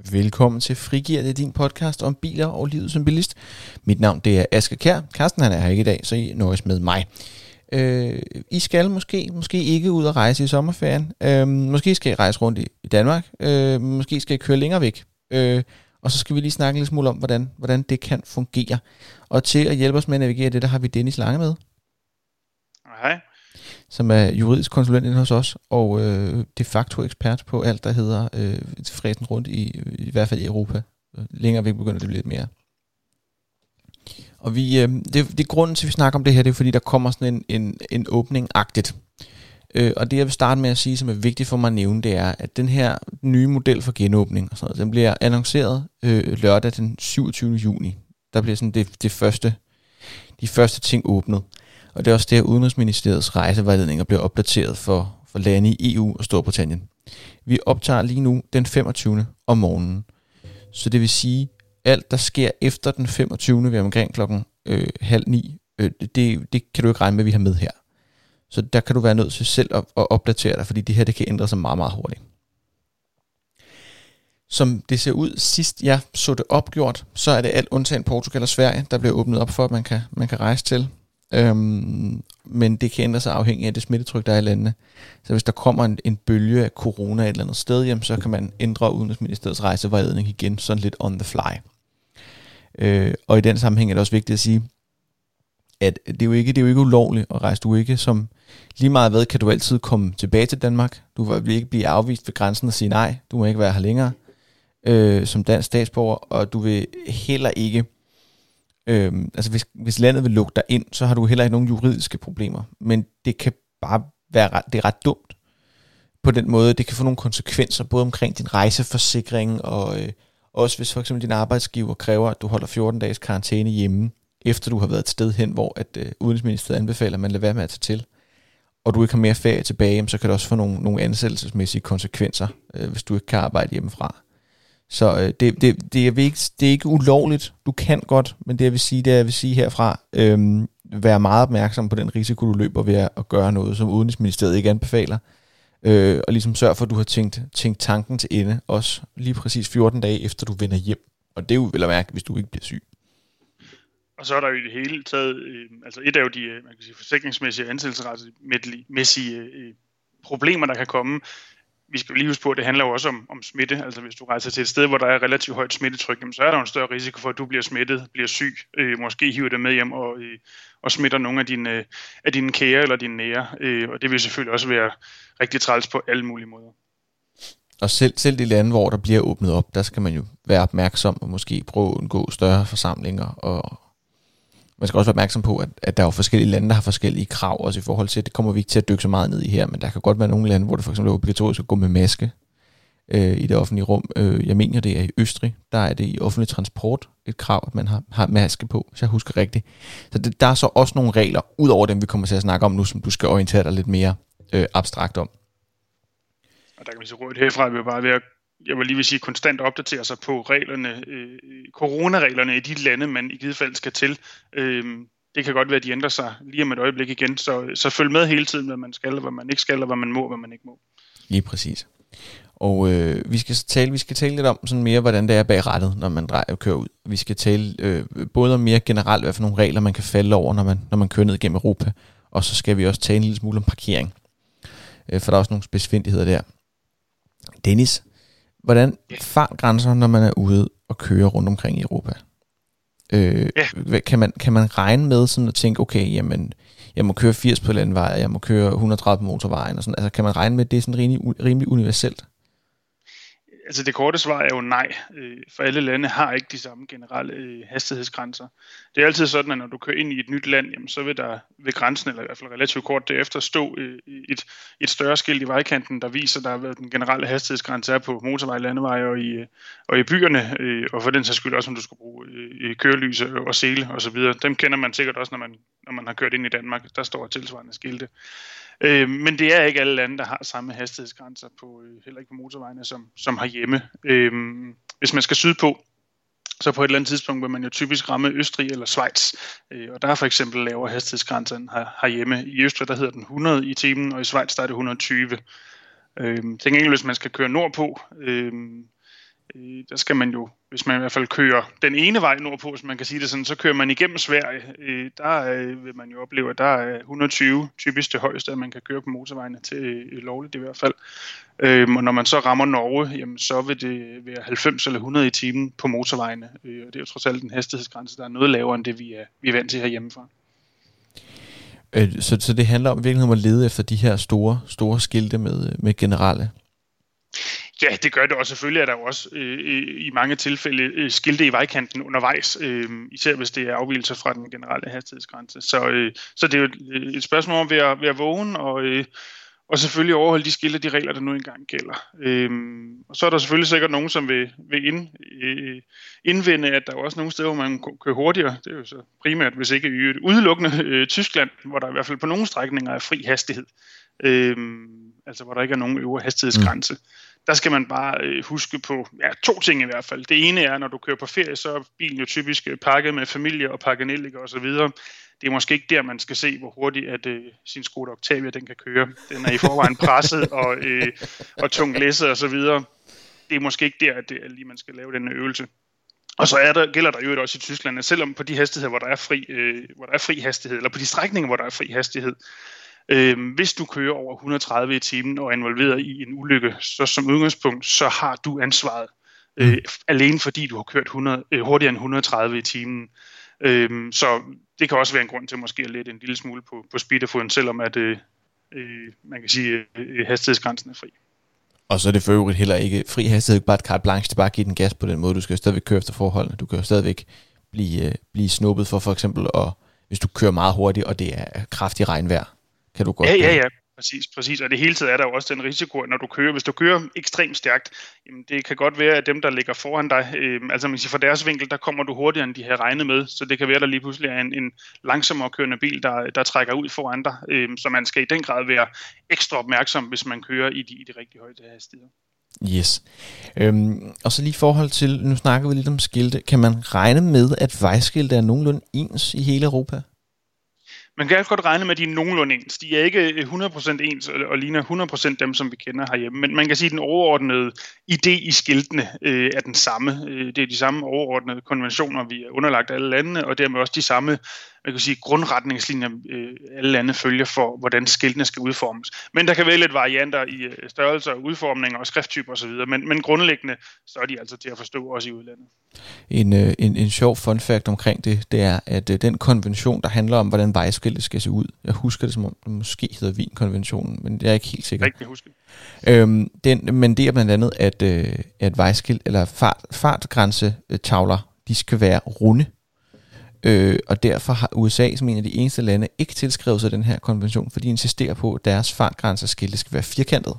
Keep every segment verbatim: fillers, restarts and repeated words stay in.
Velkommen til Frigir, det er din podcast om biler og livet som bilist. Mit navn det er Asger Kjær. Carsten han er her ikke i dag, så I nøjes med mig. Øh, I skal måske, måske ikke ud og rejse i sommerferien. Øh, måske skal I rejse rundt i, i Danmark. Øh, måske skal I køre længere væk. Øh, og så skal vi lige snakke en lille smule om, hvordan, hvordan det kan fungere. Og til at hjælpe os med at navigere det, der har vi Dennis Lange med. Hej. Som er juridisk konsulent inde hos os, og øh, de facto ekspert på alt, der hedder øh, fræsen rundt i, i hvert fald i Europa. Længere væk begynder det at blive lidt mere. Og vi, øh, det, det er grunden til, at vi snakker om det her, det er fordi, der kommer sådan en, en, en åbning-agtigt. Øh, og det, jeg vil starte med at sige, som er vigtigt for mig at nævne, det er, at den her nye model for genåbning, og sådan noget, den bliver annonceret øh, lørdag den syvogtyvende juni. Der bliver sådan det, det første, de første ting åbnet. Og det er også der, Udenrigsministeriets rejsevejledninger bliver opdateret for, for lande i E U og Storbritannien. Vi optager lige nu den femogtyvende om morgenen. Så det vil sige, alt der sker efter den femogtyvende ved omkring klokken øh, halv ni, øh, det, det kan du ikke regne med, at vi har med her. Så der kan du være nødt til selv at, at opdatere dig, fordi det her det kan ændre sig meget, meget hurtigt. Som det ser ud sidst jeg så det opgjort, så er det alt undtagen Portugal og Sverige, der bliver åbnet op for, at man kan, man kan rejse til. Øhm, men det kan ændre sig afhængig af det smittetryk, der er i landene. Så hvis der kommer en, en bølge af corona et eller andet sted, jamen, så kan man ændre Udenrigsministeriets rejsevejledning igen, sådan lidt on the fly. Øh, og i den sammenhæng er det også vigtigt at sige, at det er jo ikke, det er jo ikke ulovligt at rejse. Du ikke som lige meget hvad, kan du altid komme tilbage til Danmark. Du vil ikke blive afvist ved grænsen og sige nej, du må ikke være her længere øh, som dansk statsborger, og du vil heller ikke Øhm, altså hvis, hvis landet vil lukke dig ind, så har du heller ikke nogen juridiske problemer. Men det kan bare være ret, det er ret dumt på den måde. Det kan få nogle konsekvenser, både omkring din rejseforsikring, og øh, også hvis for eksempel din arbejdsgiver kræver, at du holder fjorten dages karantæne hjemme, efter du har været et sted hen, hvor at, øh, Udenrigsministeriet anbefaler, at man lader være med at tage til, og du ikke har mere ferie tilbage, så kan det også få nogle, nogle ansættelsesmæssige konsekvenser, øh, hvis du ikke kan arbejde hjemmefra. Så øh, det, det, det, er ikke, det er ikke ulovligt. Du kan godt, men det jeg vil sige, det jeg vil sige herfra, øh, være meget opmærksom på den risiko, du løber ved at gøre noget, som Udenrigsministeriet ikke anbefaler. Øh, og ligesom sørg for, at du har tænkt, tænkt tanken til ende, også lige præcis fjorten dage efter du vender hjem. Og det er jo vel at mærke, hvis du ikke bliver syg. Og så er der jo i det hele taget, øh, altså et af jo de man kan sige, forsikringsmæssige ansættelsesmæssige øh, problemer, der kan komme. Vi skal jo lige huske på, at det handler jo også om, om smitte. Altså hvis du rejser til et sted, hvor der er relativt højt smittetryk, så er der jo en større risiko for, at du bliver smittet, bliver syg, øh, måske hiver det med hjem og, øh, og smitter nogle af dine, øh, af dine kære eller dine nære. Øh, og det vil selvfølgelig også være rigtig træls på alle mulige måder. Og selv, selv de lande, hvor der bliver åbnet op, der skal man jo være opmærksom og måske prøve at undgå større forsamlinger. Og man skal også være opmærksom på, at, at der er jo forskellige lande, der har forskellige krav, også i forhold til, det kommer vi ikke til at dykke så meget ned i her, men der kan godt være nogle lande, hvor det for eksempel er obligatorisk at gå med maske øh, i det offentlige rum. Øh, jeg mener, det er i Østrig, der er det i offentlig transport et krav, at man har, har maske på, hvis jeg husker rigtigt. Så det, der er så også nogle regler, ud over dem, vi kommer til at snakke om nu, som du skal orientere dig lidt mere øh, abstrakt om. Og der kan vi så rådet herfra, at vi bare ved at jeg vil lige vil sige, konstant opdatere sig på reglerne, øh, coronareglerne i de lande, man i givet fald skal til. Øh, det kan godt være, at de ændrer sig lige om et øjeblik igen, så, så følg med hele tiden, hvad man skal, hvad man ikke skal, og hvad man må, hvad man ikke må. Lige præcis. Og øh, vi skal tale, vi skal tale lidt om sådan mere, hvordan det er bag rattet, når man drejer og kører ud. Vi skal tale øh, både om mere generelt, hvad for nogle regler, man kan falde over, når man, når man kører ned gennem Europa. Og så skal vi også tale en lille smule om parkering. Øh, for der er også nogle spidsfindigheder der. Dennis, hvordan fartgrænser, når man er ude og kører rundt omkring i Europa? Øh, ja. kan, man, kan man regne med sådan at tænke, okay, jamen, jeg må køre firs på landevej, jeg må køre et hundrede og tredive på motorvejen, og sådan. Altså, kan man regne med, at det er sådan rimelig, rimelig universelt? Altså det korte svar er jo nej, for alle lande har ikke de samme generelle hastighedsgrænser. Det er altid sådan, at når du kører ind i et nyt land, jamen, så vil der ved grænsen, eller i hvert fald relativt kort derefter, stå et, et større skilt i vejkanten, der viser, der hvad den generelle hastighedsgrænse er på motorvej, landevej og i, og i byerne, og for den sags skyld også, om du skal bruge kørelys og sele osv. Dem kender man sikkert også, når man, når man har kørt ind i Danmark. Der står tilsvarende skilte. Øh, men det er ikke alle lande, der har samme hastighedsgrænser, på, øh, heller ikke på motorvejene, som, som herhjemme. Øh, hvis man skal sydpå, så på et eller andet tidspunkt vil man jo typisk ramme Østrig eller Schweiz. Øh, og der er for eksempel lavere hastighedsgrænser end her, herhjemme. I Østrig der hedder den hundrede i timen, og i Schweiz der er det et hundrede og tyve. Øh, til gengæld, hvis man skal køre nordpå, øh, Øh, der skal man jo, hvis man i hvert fald kører den ene vej nordpå, hvis man kan sige det sådan, så kører man igennem Sverige. Øh, der øh, vil man jo opleve, at der er et hundrede og tyve typisk det højeste, at man kan køre på motorvejene til øh, lovligt i hvert fald. Øh, og når man så rammer Norge, jamen, så vil det være halvfems eller hundrede i timen på motorvejene. Øh, og det er jo trods alt en hastighedsgrænse, der er noget lavere end det, vi er, vi er vant til herhjemmefra. Øh, så, så det handler om virkelig om at lede efter de her store, store skilte med, med generelle? Ja, det gør det, og selvfølgelig er der jo også øh, i mange tilfælde øh, skilte i vejkanten undervejs, øh, især hvis det er afvigelser fra den generelle hastighedsgrænse. Så, øh, så det er jo et, et spørgsmål om ved at være vågen, og, øh, og selvfølgelig overholde de skilte, de regler, der nu engang gælder. Øh, og så er der selvfølgelig sikkert nogen, som vil, vil ind, øh, indvende, at der er også nogle steder, hvor man kører hurtigere. Det er jo så primært, hvis ikke udelukkende øh, Tyskland, hvor der i hvert fald på nogle strækninger er fri hastighed. Øh, altså hvor der ikke er nogen øvre hastighedsgrænse. Mm. Der skal man bare øh, huske på ja, to ting i hvert fald. Det ene er, når du kører på ferie, så er bilen jo typisk pakket med familie og pakkenelliker osv. Det er måske ikke der, man skal se, hvor hurtigt at øh, sin Skoda Octavia den kan køre. Den er i forvejen presset og, øh, og tungt læsset osv. Det er måske ikke der, at det er lige man skal lave den øvelse. Og så er der, gælder der jo også i Tyskland, at selvom på de hastigheder, hvor der er fri, øh, hvor der er fri hastighed, eller på de strækninger, hvor der er fri hastighed, Øhm, hvis du kører over et hundrede og tredive i timen og er involveret i en ulykke, så som udgangspunkt, så har du ansvaret. Øh, mm. Alene fordi du har kørt hundrede, øh, hurtigere end et hundrede og tredive i timen. Øhm, så det kan også være en grund til måske at lette en lille smule på, på speederfoden, selvom at, øh, øh, man kan sige, at øh, hastighedsgrænsen er fri. Og så er det for øvrigt heller ikke fri hastighed, bare et carte blanche, det bare at give den gas på den måde. Du skal jo stadigvæk køre efter forholdene. Du kan jo stadigvæk blive, øh, blive snuppet for for eksempel, og hvis du kører meget hurtigt, og det er kraftig regnvejr. Kan du godt ja, ja, ja, præcis, præcis. Og det hele tiden er der jo også den risiko, når du kører. Hvis du kører ekstremt stærkt, jamen det kan godt være, at dem, der ligger foran dig, øh, altså man siger, fra deres vinkel, der kommer du hurtigere, end de har regnet med. Så det kan være, at der lige pludselig er en, en langsommere kørende bil, der, der trækker ud foran dig. Øh, så man skal i den grad være ekstra opmærksom, hvis man kører i de, i de rigtig høje hastigheder. Yes. Øhm, og så lige i forhold til, nu snakker vi lidt om skilte. Kan man regne med, at vejskilte er nogenlunde ens i hele Europa? Man kan godt regne med, at de er nogenlunde ens. De er ikke hundrede procent ens og ligner hundrede procent dem, som vi kender herhjemme. Men man kan sige, at den overordnede idé i skiltene øh, er den samme. Det er de samme overordnede konventioner, vi er underlagt alle landene, og dermed også de samme man kan sige, grundretningslinjer, øh, alle lande følger for, hvordan skiltene skal udformes. Men der kan være lidt varianter i øh, størrelser, udformninger og skrifttyper osv., men, men grundlæggende så er de altså til at forstå også i udlandet. En, øh, en, en sjov fun fact omkring det, det er, at øh, den konvention, der handler om, hvordan vejskilte skal se ud, jeg husker det som om, det måske hedder Wien-konventionen, men jeg er ikke helt sikker. Rigtig huske. Øhm, den, men det er blandt andet, at, øh, at vejskilt, eller fart, fartgrænsetavler, de skal være runde. Øh, og derfor har U S A som en af de eneste lande ikke tilskrevet sig den her konvention, fordi de insisterer på, at deres fartgrænseskilte skal være firkantet.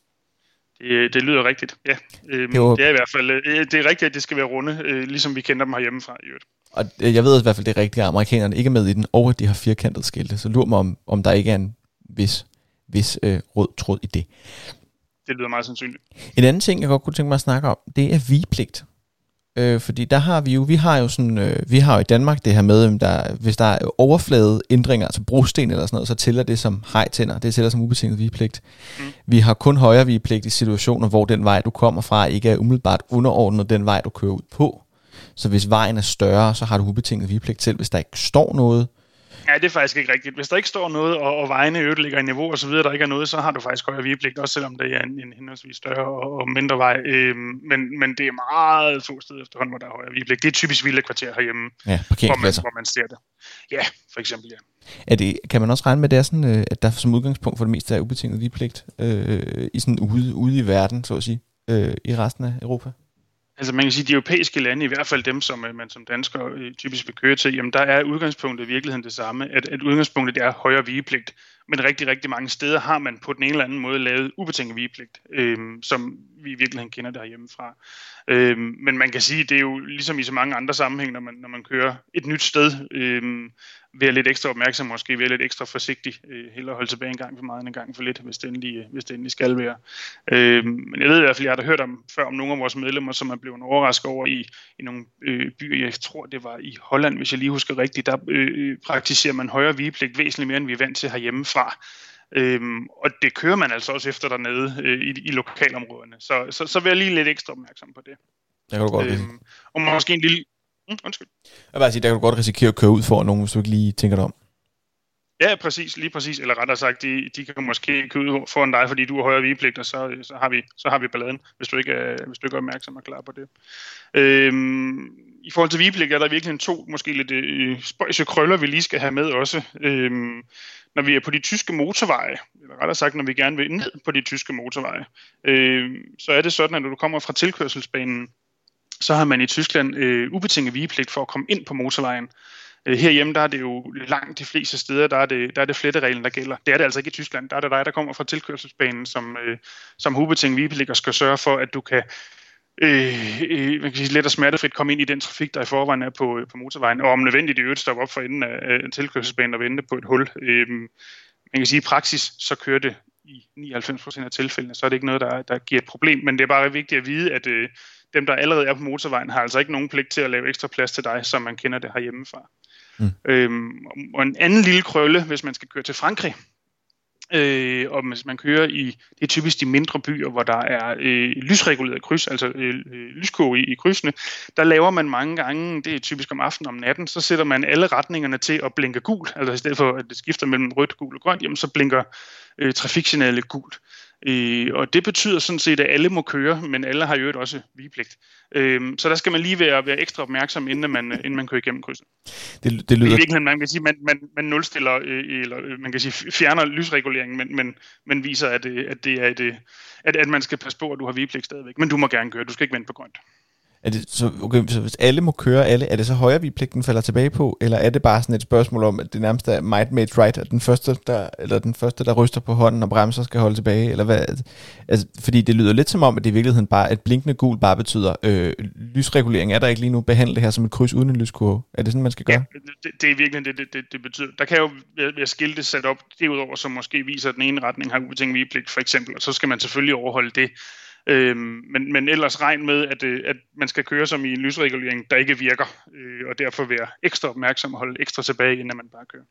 Det, det lyder rigtigt, ja. Øhm, det, var, det er i hvert fald øh, det er rigtigt, at det skal være runde, øh, ligesom vi kender dem herhjemmefra i øvrigt. Og jeg ved i hvert fald, det er rigtigt, at amerikanerne ikke er med i den, og at de har firkantet skilte. Så lurer mig, om, om der ikke er en vis, vis øh, rød tråd i det. Det lyder meget sandsynligt. En anden ting, jeg godt kunne tænke mig at snakke om, det er vigepligt. Øh, fordi der har vi jo, vi har jo sådan, øh, vi har jo i Danmark det her med, der, hvis der er overflade ændringer, altså brosten eller sådan noget, så tæller det som hejtænder, det tæller som ubetinget vigepligt. Mm. Vi har kun højere vigepligt i situationer, hvor den vej, du kommer fra, ikke er umiddelbart underordnet den vej, du kører ud på. Så hvis vejen er større, så har du ubetinget vigepligt til, hvis der ikke står noget. Ja, det er faktisk ikke rigtigt. Hvis der ikke står noget, og, og vejene i øvrigt ligger i niveau og så videre, der ikke er noget, så har du faktisk højere vigepligt, også selvom det er en, en henholdsvis større og, og mindre vej. Øhm, men, men det er meget få steder efterhånden, hvor der er højere vigepligt. Det er typisk villakvarter herhjemme, ja, hvor, man, hvor man ser det. Ja, for eksempel, ja. Er det, kan man også regne med, at, det er sådan, at der som udgangspunkt for det meste er ubetinget vigepligt øh, i sådan ude, ude i verden, så at sige, øh, i resten af Europa? Altså man kan sige, at de europæiske lande, i hvert fald dem, som man som dansker typisk vil køre til, jamen der er udgangspunktet i virkeligheden det samme, at, at udgangspunktet det er højere vigepligt. Men rigtig, rigtig mange steder har man på den ene eller anden måde lavet ubetinget vigepligt, øhm, som vi i virkeligheden kender der hjemmefra. Øhm, men man kan sige, det er jo ligesom i så mange andre sammenhæng, når man, når man kører et nyt sted, øhm, være lidt ekstra opmærksom, måske være lidt ekstra forsigtig, øh, hellere holde tilbage en gang for meget end en gang for lidt, hvis det endelig, hvis det endelig skal være. Øh, men jeg ved i hvert fald, jeg har da hørt om, før om nogle af vores medlemmer, som er blevet overrasket over i, i nogle øh, byer, jeg tror det var i Holland, hvis jeg lige husker rigtigt, der øh, praktiserer man højere vigepligt væsentligt mere, end vi er vant til herhjemmefra. Øhm, og det kører man altså også efter dernede øh, i, i lokalområderne. Så, så, så vil jeg lige lidt ekstra opmærksom på det. Jeg kan du godt øhm, og måske en lille... Mm, undskyld. Jeg vil bare sige, der kan du godt risikere at køre ud for nogen, hvis du ikke lige tænker dig om. Ja, præcis, lige præcis. Eller rettere sagt, de, de kan måske køre ud foran dig, fordi du har højere vigepligt, og så, så, har vi, så har vi balladen, hvis du ikke er, hvis du ikke er opmærksom og klar på det. Øhm, I forhold til vigepligt er der virkelig to, måske lidt øh, spøjse krøller, vi lige skal have med også. Øhm, når vi er på de tyske motorveje, eller rettere sagt, når vi gerne vil ned på de tyske motorveje, øh, så er det sådan, at når du kommer fra tilkørselsbanen, så har man i Tyskland øh, ubetinget vigepligt for at komme ind på motorvejen. Herhjemme, der er det jo langt de fleste steder, der er det, der er det flettereglen, der gælder. Det er det altså ikke i Tyskland. Der er det dig, der kommer fra tilkørselsbanen, som, øh, som ubetinget vigepligt skal sørge for, at du kan, øh, øh, man kan sige, let og smertefrit komme ind i den trafik, der i forvejen er på, på motorvejen, og om nødvendigt i øvrigt stoppe op for enden af, af tilkørselsbanen og vente på et hul. Øh, man kan sige, i praksis, så kører det i nioghalvfems procent af tilfældene, så er det ikke noget, der, der giver et problem, men det er bare vigtigt at vide, at øh, dem, der allerede er på motorvejen, har altså ikke nogen pligt til at lave ekstra plads til dig, som man kender det herhjemmefra. Mm. Øhm, og en anden lille krølle, hvis man skal køre til Frankrig, øh, og hvis man kører i, det er typisk de mindre byer, hvor der er øh, lysreguleret kryds, altså øh, lyskåge i, i krydsene, der laver man mange gange, det er typisk om aftenen og om natten, så sætter man alle retningerne til at blinke gult, altså i stedet for at det skifter mellem rødt, gult og grønt, jamen så blinker øh, trafiksignalet gult. Øh, og det betyder sådan set, at alle må køre, men alle har jo også vigepligt. Øh, så der skal man lige være, være ekstra opmærksom, inden man, inden man kører igennem krydset. Det, det lyder... I virkeligheden, man kan sige, man, man, man nulstiller, øh, eller man kan sige, fjerner lysreguleringen, men, men, men viser, at, at, det er et, at, at man skal passe på, at du har vigepligt stadigvæk. Men du må gerne køre, du skal ikke vente på grønt. Er det, så, okay, så hvis alle må køre alle, er det så højre vigepligten falder tilbage på, eller er det bare sådan et spørgsmål om, at det nærmest er might made right, at den første, der, eller den første, der ryster på hånden og bremser, skal holde tilbage, eller hvad? Altså, fordi det lyder lidt som om, at det i virkeligheden bare, at blinkende gul bare betyder, øh, lysregulering er der ikke lige nu, behandle det her som et kryds uden en lyskurve. Er det sådan, man skal gøre? Ja, det, det er virkelig det, det, det, det betyder. Der kan jo være skilte sat op derudover, som måske viser, at den ene retning har ubetinget vigepligt, for eksempel, og så skal man selvfølgelig overholde det. Øhm, men, men ellers regn med, at, at man skal køre som i en lysregulering, der ikke virker, øh, og derfor være ekstra opmærksom og holde ekstra tilbage, inden man bare kører.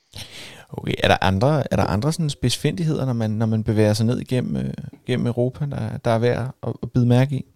Okay, er der andre, er der andre sådan spidsfindigheder, når man, når man bevæger sig ned igennem, øh, gennem Europa, der, der er værd at, at bide mærke i?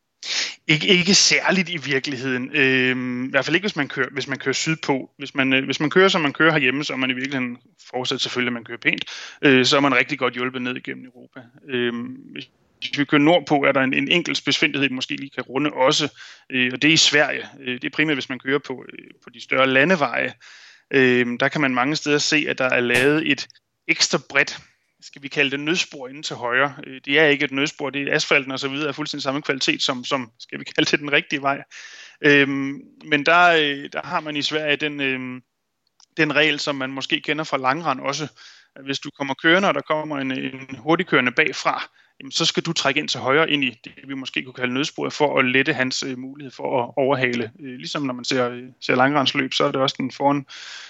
Ikke, ikke særligt i virkeligheden. Øhm, I hvert fald ikke, hvis man kører, hvis man kører sydpå. Hvis man, øh, hvis man kører, som man kører herhjemme, så er man i virkeligheden, forudsat selvfølgelig, at man kører pænt, øh, så er man rigtig godt hjulpet ned igennem Europa. Øhm, hvis Hvis vi kører nordpå, er der en, en enkelt spidsfindighed, vi måske lige kan runde også, øh, og det er i Sverige. Øh, det er primært, hvis man kører på, øh, på de større landeveje. Øh, der kan man mange steder se, at der er lavet et ekstra bredt, skal vi kalde det nødspor inden til højre. Øh, det er ikke et nødspor, det er asfalten og så videre, er fuldstændig samme kvalitet som, som skal vi kalde det, den rigtige vej. Øh, men der, øh, der har man i Sverige den, øh, den regel, som man måske kender fra langrend også. Hvis du kommer kørende, og der kommer en, en hurtigkørende bagfra, jamen, så skal du trække ind til højre ind i det, vi måske kunne kalde nødsporet, for at lette hans øh, mulighed for at overhale. Øh, ligesom når man ser, øh, ser langrendsløb, så er det også den foran,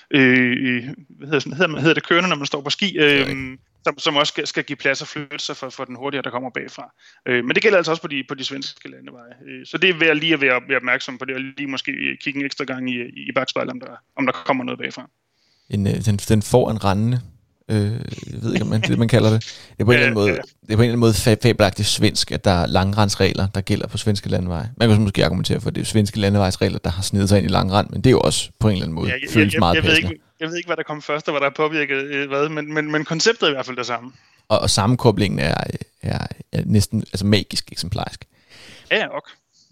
øh, hvad hedder, hedder, hedder det, kørende, når man står på ski, øh, som, som også skal, skal give plads og flytte sig for, for den hurtigere, der kommer bagfra. Øh, men det gælder altså også på de, på de svenske landeveje. Øh, så det er værd lige at være, være opmærksom på det, og lige måske kigge en ekstra gang i, i bagspejlet, om der, om der kommer noget bagfra. En, den, den får en rendende. Øh, jeg ved ikke, om man, det man kalder det. Det er på en eller anden måde, det er på en eller anden måde fabelagtigt svensk, at der er langrensregler, der gælder på svenske landeveje. Man kan måske argumentere for, at det er svenske landevejsregler, der har snedet sig ind i langrend, men det er jo også på en eller anden måde ja, jeg, føles jeg, meget jeg, jeg passende. ved ikke, jeg ved ikke, hvad der kom først, og hvad der er påvirket øh, hvad, men, men, men konceptet er i hvert fald det samme. Og, og sammenkoblingen er, er, er næsten altså magisk eksemplarisk. Ja, ok.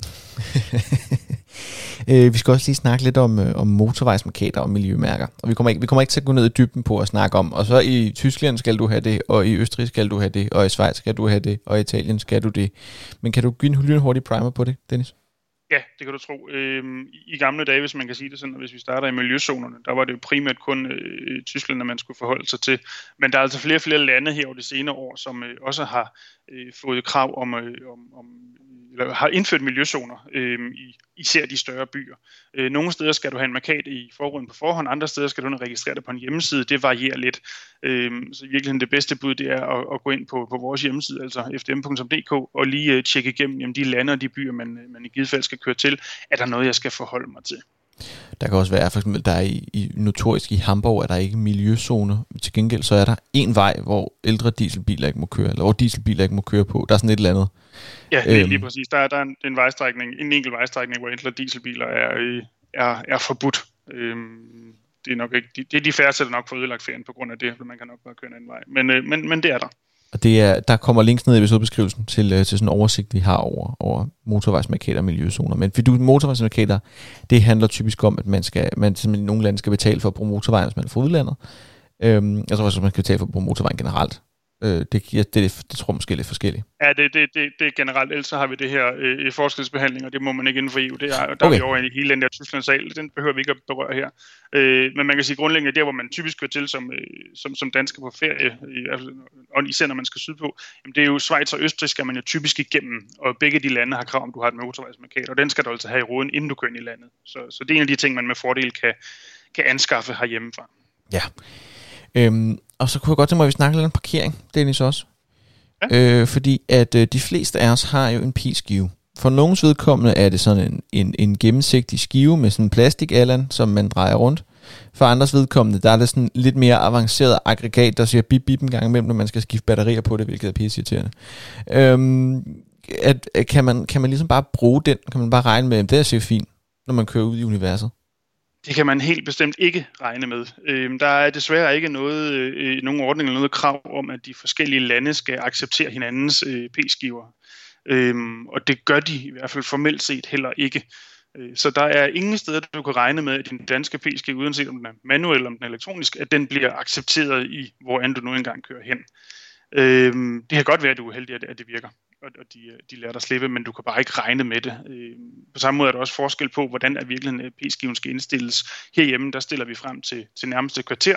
Vi skal også lige snakke lidt om, om motorvejsmarkader og miljømærker. Og vi kommer, ikke, vi kommer ikke til at gå ned i dybden på at snakke om. Og så i Tyskland skal du have det, og i Østrig skal du have det, og i Schweiz skal du have det, og i Italien skal du det. Men kan du give en hurtig primer på det, Dennis? Ja, det kan du tro. Øhm, I gamle dage, hvis man kan sige det sådan, hvis vi starter i miljøzonerne, der var det jo primært kun øh, Tyskland, man skulle forholde sig til. Men der er altså flere og flere lande her over de senere år, som øh, også har øh, fået krav om, øh, om, om eller har indført miljøzoner, øh, i især de større byer. Øh, nogle steder skal du have en markat i forruden på forhånd, andre steder skal du registrere det på en hjemmeside. Det varierer lidt. Øh, så i virkeligheden det bedste bud, det er at, at gå ind på, på vores hjemmeside, altså f d m punktum d k, og lige uh, tjekke igennem jamen, de lande og de byer, man, man i givet fald skal køre til. Er der noget, jeg skal forholde mig til? Der kan også være, for eksempel, der er i, i notorisk i Hamburg, er der ikke miljøzone. Til gengæld så er der en vej, hvor ældre dieselbiler ikke må køre, eller hvor dieselbiler ikke må køre på. Der er sådan et eller andet. Ja, lige, øhm. lige præcis. Der er, der er en, en vejstrækning, en enkelt vejstrækning, hvor ældre dieselbiler er, er, er forbudt. Øhm, det er nok ikke, det er de færreste, der nok får ødelagt ferien på grund af det, for man kan nok bare køre en anden vej. Men, øh, men, men det er der. Og det er, der kommer links ned i episodebeskrivelsen til, til sådan en oversigt, vi har over, over motorvejsmarkader og miljøzoner. Men fordi motorvejsmarkader, det handler typisk om, at man skal, man i nogle lande skal betale for at bruge motorvejen, hvis man er fra udlandet. Øhm, jeg tror også, at man skal betale for at bruge motorvejen generelt. Øh, det, det, det, det tror jeg måske er lidt forskelligt. Ja, det, det, det, det er generelt. Ellers så har vi det her øh, forskelsbehandling, og det må man ikke inden for E U. Det er, der okay. er vi over i hele den der Tysklandsal. Den behøver vi ikke at berøre her. Øh, men man kan sige grundlæggende, der hvor man typisk kører til som, øh, som, som dansker på ferie, i, og især når man skal sydpå, jamen det er jo Schweiz og Østrig, skal man jo typisk igennem. Og begge de lande har krav om, du har et motorvejsmarkat, og den skal du altså have i roden, inden du kører ind i landet. Så, så det er en af de ting, man med fordel kan, kan anskaffe herhjemmefra. Ja. Øhm, og så kunne jeg godt tænke mig, at vi snakker lidt om parkering, Dennis også. Ja. Øh, fordi at øh, de fleste af os har jo en p-skive. For nogens vedkommende er det sådan en, en, en gennemsigtig skive med sådan en plastik-allan, som man drejer rundt. For andres vedkommende, der er det sådan lidt mere avanceret aggregat, der siger bip bip en gang imellem, når man skal skifte batterier på det, hvilket er pisseirriterende. Øhm, at, at, kan, man, kan man ligesom bare bruge den? Kan man bare regne med, at det er så fint, når man kører ud i universet? Det kan man helt bestemt ikke regne med. Øhm, der er desværre ikke noget, øh, nogen ordning eller noget krav om, at de forskellige lande skal acceptere hinandens øh, p-skiver. Øhm, og det gør de i hvert fald formelt set heller ikke. Øh, så der er ingen steder, du kan regne med, at din danske p-skive, uanset om den er manuel eller om den er elektronisk, at den bliver accepteret i, hvor end du nu engang kører hen. Øhm, det kan godt være, at du er heldig, at det virker, og de, de lærer dig slippe, men du kan bare ikke regne med det. Øhm, på samme måde er der også forskel på, hvordan er virkeligheden p-skiven skal indstilles. Herhjemme, der stiller vi frem til, til nærmeste kvarter.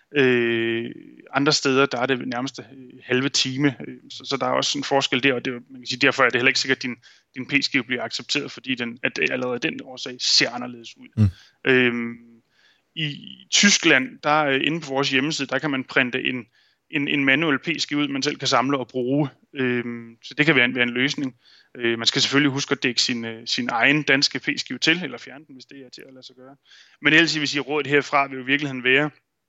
Øh, andre steder, der er det nærmeste halve time, så, så der er også en forskel der, og det, man kan sige, derfor er det heller ikke sikkert, at din, din p-skive bliver accepteret, fordi den, at det allerede den årsag ser anderledes ud. Mm. Øhm, I Tyskland, der inde på vores hjemmeside, der kan man printe en En, en manuel p-skive ud, man selv kan samle og bruge. Øhm, så det kan være en, være en løsning. Øh, man skal selvfølgelig huske at dække sin, sin egen danske p-skive til, eller fjerne den, hvis det er til at lade sig gøre. Men ellers vil sige, rådet herfra vil jo i virkeligheden være,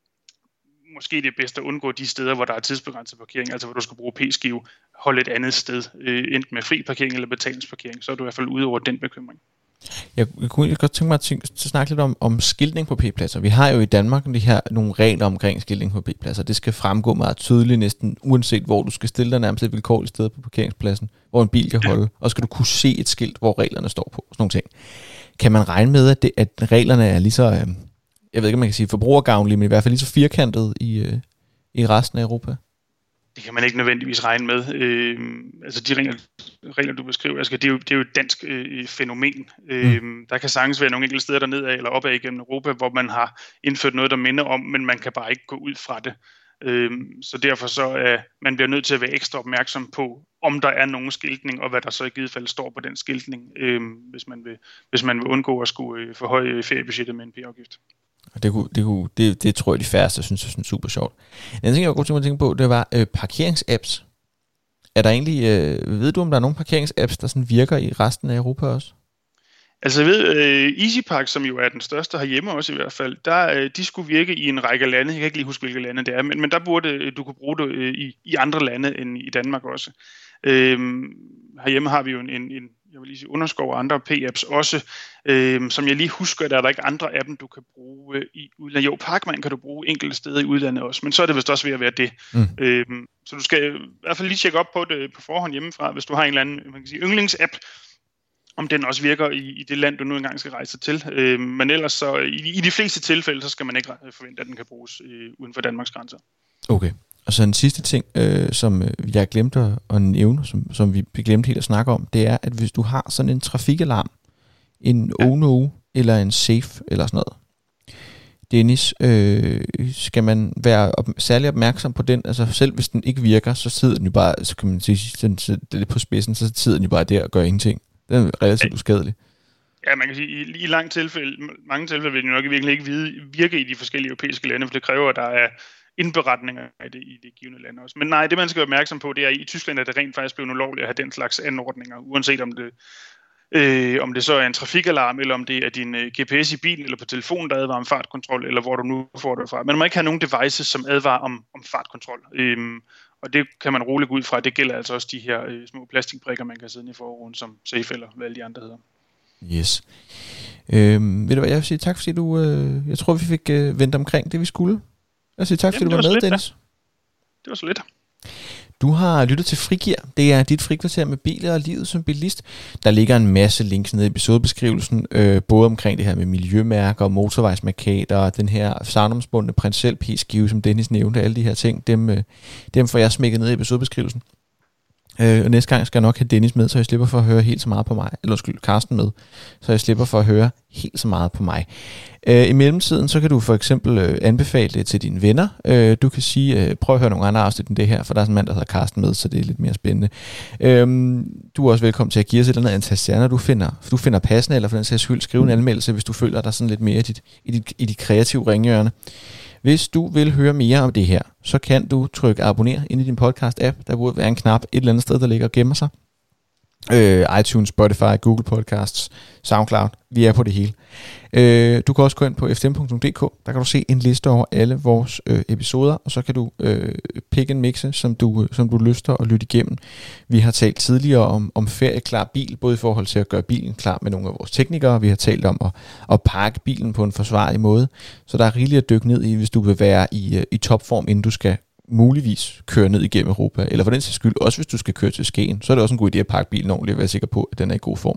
måske det er bedst at undgå de steder, hvor der er tidsbegrænset parkering, altså hvor du skal bruge p-skive, hold et andet sted, øh, enten med fri parkering eller betalingsparkering, så er du i hvert fald ude over den bekymring. Jeg kunne godt tænke mig at, tænke, at snakke lidt om, om skiltning på p-pladser. Vi har jo i Danmark de her nogle regler omkring skiltning på p-pladser. Det skal fremgå meget tydeligt næsten, uanset hvor du skal stille dig nærmest et vilkårligt sted på parkeringspladsen, hvor en bil kan holde, ja. Og skal du kunne se et skilt, hvor reglerne står på, sådan nogle ting. Kan man regne med, at, det, at reglerne er lige så, øh, jeg ved ikke, om man kan sige forbrugergavnlige, men i hvert fald lige så firkantet i, øh, i resten af Europa? Det kan man ikke nødvendigvis regne med. Øh, altså de regler, regler du beskriver, altså det, er jo, det er jo et dansk øh, fænomen. Øh, mm. Der kan sagtens være nogle enkelte steder dernede eller opad igennem Europa, hvor man har indført noget, der minder om, men man kan bare ikke gå ud fra det. Øh, så derfor så er man bliver nødt til at være ekstra opmærksom på, om der er nogen skiltning, og hvad der så i givet fald står på den skiltning, øh, hvis, man vil, hvis man vil undgå at skulle øh, forhøje feriebudgettet med en p-afgift. Det, kunne, det, kunne, det, det tror jeg de færreste synes er sådan super sjovt. En anden ting jeg var godt til at tænke på, det var øh, parkeringsapps. Er der egentlig, øh, ved du om der er nogle parkeringsapps, der sådan virker i resten af Europa også? Altså jeg ved, øh, EasyPark, som jo er den største herhjemme også i hvert fald, der, øh, de skulle virke i en række lande. Jeg kan ikke lige huske, hvilke lande det er, men, men der burde øh, du kunne bruge det øh, i, i andre lande end i Danmark også. Øh, herhjemme har vi jo en, en, en jeg vil lige sige Underskov og andre p-apps også, øh, som jeg lige husker, der er der ikke andre appen, du kan bruge øh, i udlandet. Jo, Parkman kan du bruge enkelte steder i udlandet også, men så er det vist også ved at være det. Mm. Øh, så du skal i hvert fald lige tjekke op på det på forhånd hjemmefra, hvis du har en eller anden, man kan sige, yndlingsapp, om den også virker i, i det land, du nu engang skal rejse til. Øh, men ellers så, i, i de fleste tilfælde, så skal man ikke forvente, at den kan bruges øh, uden for Danmarks grænser. Okay. Og så en sidste ting, øh, som jeg glemte at, at nævne, som, som vi glemte helt at snakke om, det er, at hvis du har sådan en trafikalarm, en ja. Ono eller en safe eller sådan noget, Dennis, øh, skal man være op, særlig opmærksom på den? Altså selv hvis den ikke virker, så sidder den jo bare, så kan man sige, sådan, så det er på spidsen, så sidder den jo bare der og gør ingenting. Den er relativt uskadelig. Ja, man kan sige, i, i langt tilfælde, mange tilfælde vil den nok virkelig ikke vide, virke i de forskellige europæiske lande, for det kræver, at der er indberetninger i det, i det givende land også. Men nej, det man skal være opmærksom på, det er, at i Tyskland er det rent faktisk blevet ulovligt at have den slags anordninger, uanset om det Øh, om det så er en trafikalarm, eller om det er din øh, G P S i bilen eller på telefonen, der advarer om fartkontrol, eller hvor du nu får det fra. Men man må ikke have nogen devices, som advarer om, om fartkontrol. Øhm, og det kan man roligt gå ud fra. Det gælder altså også de her øh, små plastikbrikker, man kan sidde i forruden, som Safe eller hvad alle de andre hedder. Yes. Øhm, ved du hvad, jeg vil sige tak, fordi du... Øh, jeg tror, vi fik øh, vendt omkring det, vi skulle. Jeg vil sige tak, fordi Jamen, du var, var med, lidt, Dennis. Da. Det var så lidt. Du har lyttet til Frigir. Det er dit frikvarter med biler og livet som bilist. Der ligger en masse links nede i episodebeskrivelsen, øh, både omkring det her med miljømærker, motorvejsmarkader og den her savnomsbundne Prins L P-skive, som Dennis nævnte, alle de her ting, dem, øh, dem får jeg smækket ned i episodebeskrivelsen. Øh, og næste gang skal jeg nok have Dennis med, så jeg slipper for at høre helt så meget på mig. Eller undskyld, Karsten med, så jeg slipper for at høre helt så meget på mig. Øh, I mellemtiden, så kan du for eksempel øh, anbefale det til dine venner. Øh, du kan sige, øh, prøv at høre nogle andre afsnit end det her, for der er sådan en mand, der hedder Karsten med, så det er lidt mere spændende. Øh, du er også velkommen til at give os et eller andet antal stjerner, du finder, du finder passende, eller for den sags skyld, skrive en anmeldelse, hvis du føler dig sådan lidt mere i dit, i dit, i dit kreative ringhjørne. Hvis du vil høre mere om det her, så kan du trykke abonner ind i din podcast-app. Der burde være en knap et eller andet sted, der ligger og gemmer sig. Øh, iTunes, Spotify, Google Podcasts, SoundCloud. Vi er på det hele. Øh, du kan også gå ind på f d m punktum d k. Der kan du se en liste over alle vores øh, episoder, og så kan du øh, pick and mixe, som du, som du lyster at lytte igennem. Vi har talt tidligere om, om ferieklar bil, både i forhold til at gøre bilen klar med nogle af vores teknikere. Vi har talt om at, at parke bilen på en forsvarlig måde. Så der er rigeligt at dykke ned i, hvis du vil være i, i topform, inden du skal muligvis køre ned igennem Europa, eller for den sags skyld, også hvis du skal køre til Skagen, så er det også en god idé at pakke bilen ordentligt og være sikker på, at den er i god form.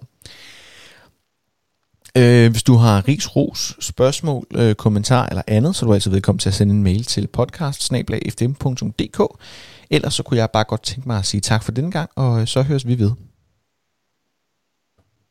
Øh, hvis du har ris, ros, spørgsmål, øh, kommentar eller andet, så er du altid velkommen til at sende en mail til podcast bindestreg f d m punktum d k. Ellers så kunne jeg bare godt tænke mig at sige tak for denne gang, og så høres vi ved.